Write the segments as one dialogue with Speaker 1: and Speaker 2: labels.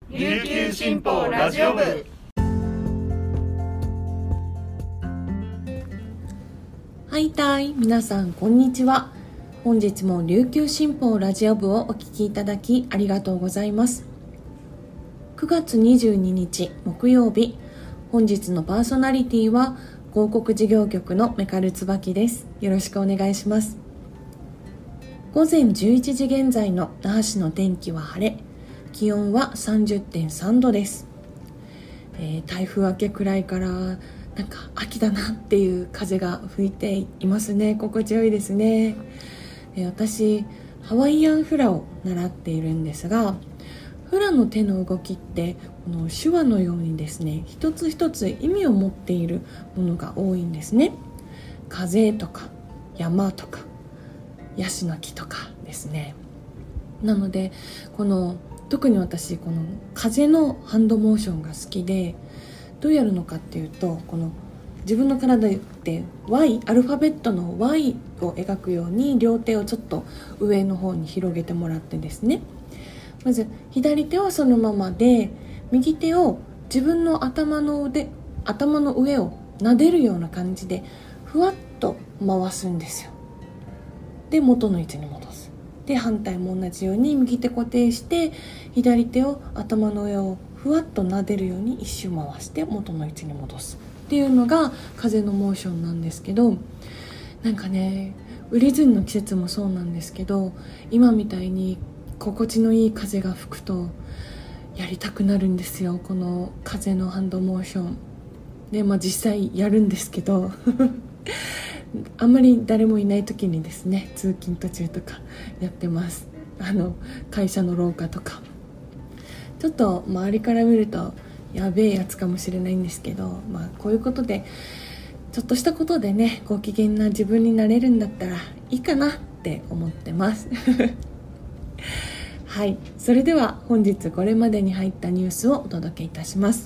Speaker 1: 琉球新報ラジオ部。
Speaker 2: はいたい、皆さんこんにちは。本日も琉球新報ラジオ部をお聞きいただきありがとうございます。9月22日木曜日、本日のパーソナリティは広告事業局のメカル椿です。よろしくお願いします。午前11時現在の那覇市の天気は晴れ、気温は 30.3 度です。台風明けくらいからなんか秋だなっていう風が吹いていますね。心地よいですね。私ハワイアンフラを習っているんですが、フラの手の動きってこの手話のようにですね、一つ一つ意味を持っているものが多いんですね。風とか山とかヤシの木とかですね。なので特に私この風のハンドモーションが好きで、どうやるのかっていうと、この自分の体で Y、 アルファベットの Y を描くように両手をちょっと上の方に広げてもらってですね、まず左手はそのままで、右手を自分の頭の上を撫でるような感じでふわっと回すんですよ。で元の位置に戻す。で反対も同じように右手固定して左手を頭の上をふわっと撫でるように一周回して元の位置に戻すっていうのが風のモーションなんですけど、なんかね、ウリズンの季節もそうなんですけど、今みたいに心地のいい風が吹くとやりたくなるんですよ、この風のハンドモーションで。実際やるんですけどあんまり誰もいない時にですね、通勤途中とかやってます。会社の廊下とか、ちょっと周りから見るとやべえやつかもしれないんですけど、こういうことでちょっとしたことでね、ご機嫌な自分になれるんだったらいいかなって思ってますはい、それでは本日これまでに入ったニュースをお届けいたします。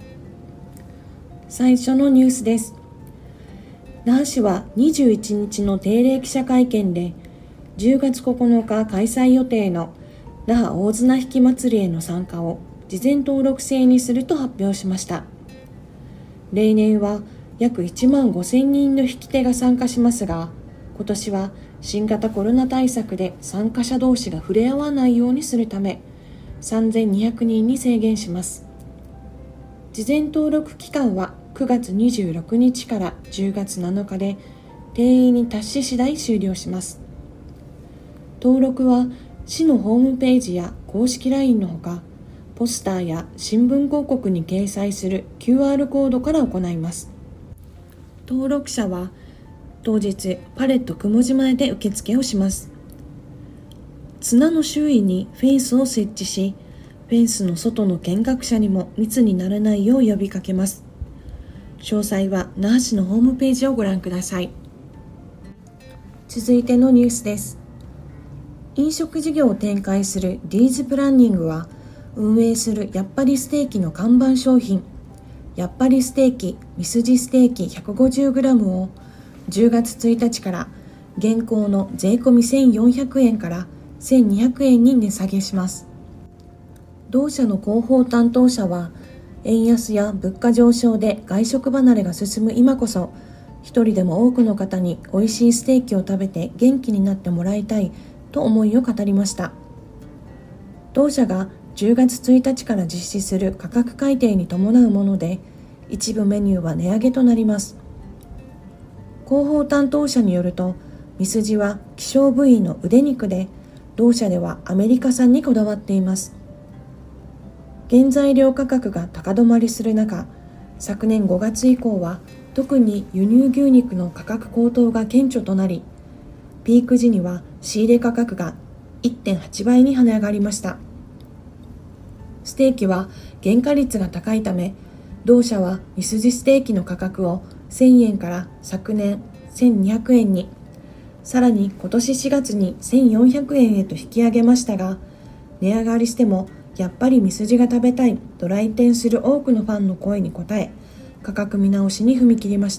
Speaker 2: 最初のニュースです。那覇市は21日の定例記者会見で、10月9日開催予定の那覇大綱引祭りへの参加を事前登録制にすると発表しました。例年は約1万5000人の引き手が参加しますが、今年は新型コロナ対策で参加者同士が触れ合わないようにするため、3200人に制限します。事前登録期間は9月26日から10月7日で、定員に達し次第終了します。登録は市のホームページや公式 LINE のほか、ポスターや新聞広告に掲載する QR コードから行います。登録者は当日パレット雲寺前で受付をします。綱の周囲にフェンスを設置し、フェンスの外の見学者にも密にならないよう呼びかけます。詳細は那覇市のホームページをご覧ください。続いてのニュースです。飲食事業を展開するディーズプランニングは、運営するやっぱりステーキの看板商品、やっぱりステーキミスジステーキ 150g を10月1日から現行の税込み1400円から1200円に値下げします。同社の広報担当者は、円安や物価上昇で外食離れが進む今こそ、一人でも多くの方に美味しいステーキを食べて元気になってもらいたいと思いを語りました。同社が10月1日から実施する価格改定に伴うもので、一部メニューは値上げとなります。広報担当者によると、ミスジは希少部位の腕肉で、同社ではアメリカ産にこだわっています。原材料価格が高止まりする中、昨年5月以降は特に輸入牛肉の価格高騰が顕著となり、ピーク時には仕入れ価格が 1.8 倍に跳ね上がりました。ステーキは原価率が高いため、同社はミスジステーキの価格を1000円から昨年1200円に、さらに今年4月に1400円へと引き上げましたが、値上がりしてもやっぱりミスジが食べたいと来店する多くのファンの声に応え、価格見直しに踏み切りました。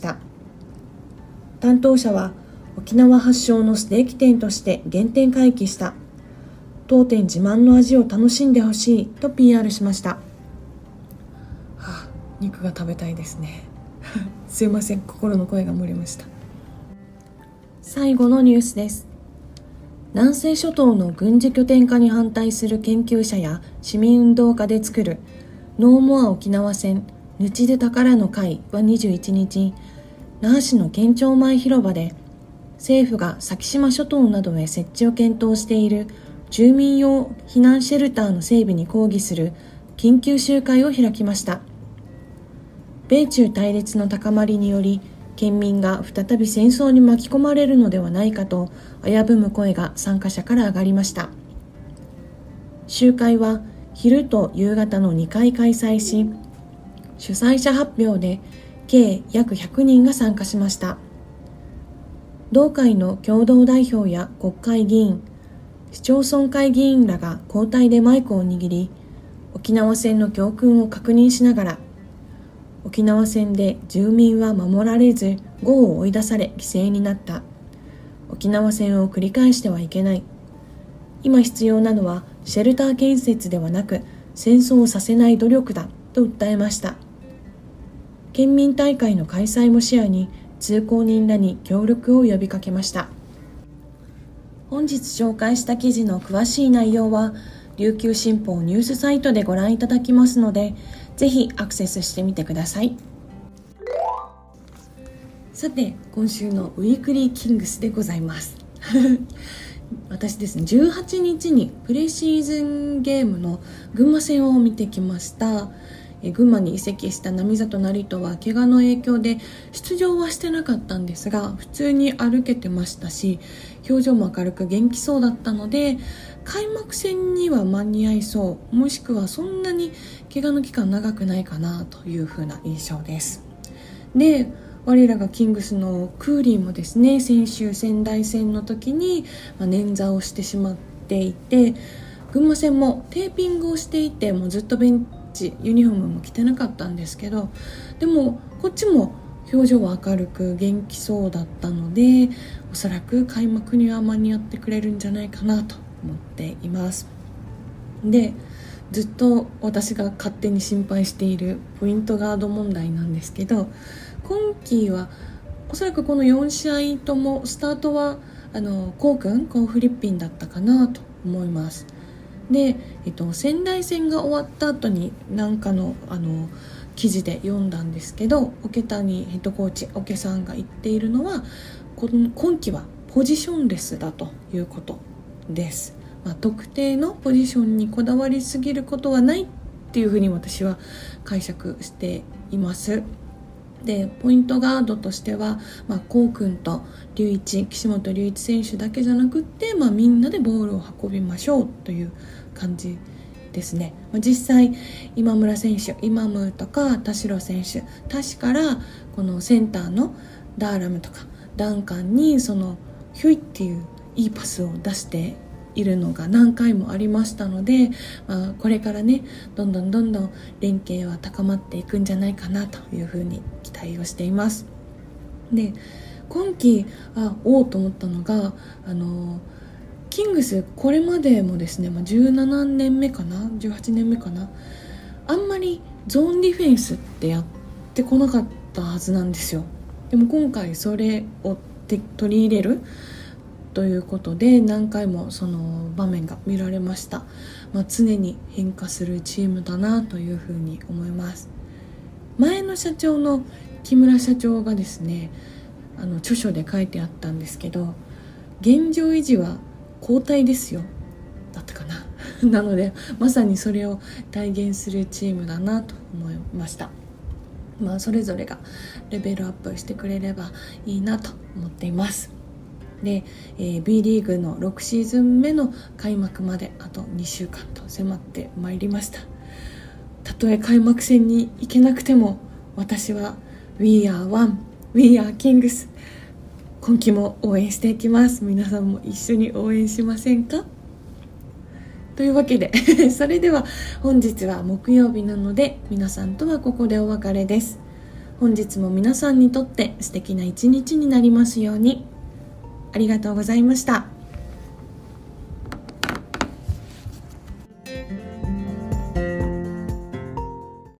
Speaker 2: 担当者は、沖縄発祥のステーキ店として原点回帰した。 当店自慢の味を楽しんでほしいと PR しました。肉が食べたいですねすいません、心の声が漏れました。最後のニュースです。南西諸島の軍事拠点化に反対する研究者や市民運動家で作るノーモア沖縄戦ぬちで宝の会は21日、那覇市の県庁前広場で政府が先島諸島などへ設置を検討している住民用避難シェルターの整備に抗議する緊急集会を開きました。米中対立の高まりにより県民が再び戦争に巻き込まれるのではないかと危ぶむ声が参加者から上がりました。集会は昼と夕方の2回開催し、主催者発表で計約100人が参加しました。同会の共同代表や国会議員、市町村会議員らが交代でマイクを握り、沖縄戦の教訓を確認しながら、沖縄戦で住民は守られず壕を追い出され犠牲になった。沖縄戦を繰り返してはいけない。今必要なのはシェルター建設ではなく戦争をさせない努力だと訴えました。県民大会の開催も視野に通行人らに協力を呼びかけました。本日紹介した記事の詳しい内容は琉球新報ニュースサイトでご覧いただきますので、ぜひアクセスしてみてください。さて、今週のウィークリーキングスでございます私ですね、18日にプレシーズンゲームの群馬戦を見てきました。群馬に移籍した並里成人は怪我の影響で出場はしてなかったんですが、普通に歩けてましたし、表情も明るく元気そうだったので、開幕戦には間に合いそう、もしくはそんなに怪我の期間長くないかなという風な印象です。で、我らがキングスのクーリーもですね、先週仙台戦の時に捻挫をしてしまっていて、群馬戦もテーピングをしていて、もうずっとベンチユニフォームも着てなかったんですけど、でもこっちも表情は明るく元気そうだったので、おそらく開幕には間に合ってくれるんじゃないかなと思っています。で、ずっと私が勝手に心配しているポイントガード問題なんですけど、今季はおそらくこの4試合ともスタートはコウフリッピンだったかなと思います。で、仙台戦が終わった後に何かの記事で読んだんですけど、桶谷ヘッドコーチ桶さんが言っているのは、今季はポジションレスだということです。特定のポジションにこだわりすぎることはないっていうふうに私は解釈しています。で、ポイントガードとしては、コウ君と岸本隆一選手だけじゃなくって、みんなでボールを運びましょうという感じですね。実際今村選手、イマムとか田代選手、確からこのセンターのダーラムとかダンカンにそのヒュイっていういいパスを出しているのが何回もありましたので、これからね、どんどん連携は高まっていくんじゃないかなというふうに期待をしています。で、今季おーと思ったのが、キングスこれまでもですね、17年目かな18年目かな、あんまりゾーンディフェンスってやってこなかったはずなんですよ。でも今回それを取り入れるということで、何回もその場面が見られました。常に変化するチームだなというふうに思います。前の社長の木村社長がですね、著書で書いてあったんですけど、現状維持は後退ですよだったかななのでまさにそれを体現するチームだなと思いました。それぞれがレベルアップしてくれればいいなと思っています。で、B リーグの6シーズン目の開幕まであと2週間と迫ってまいりました。たとえ開幕戦に行けなくても、私は We are one, We are Kings、 今季も応援していきます。皆さんも一緒に応援しませんか？というわけでそれでは本日は木曜日なので、皆さんとはここでお別れです。本日も皆さんにとって素敵な一日になりますように。ありがとうございました。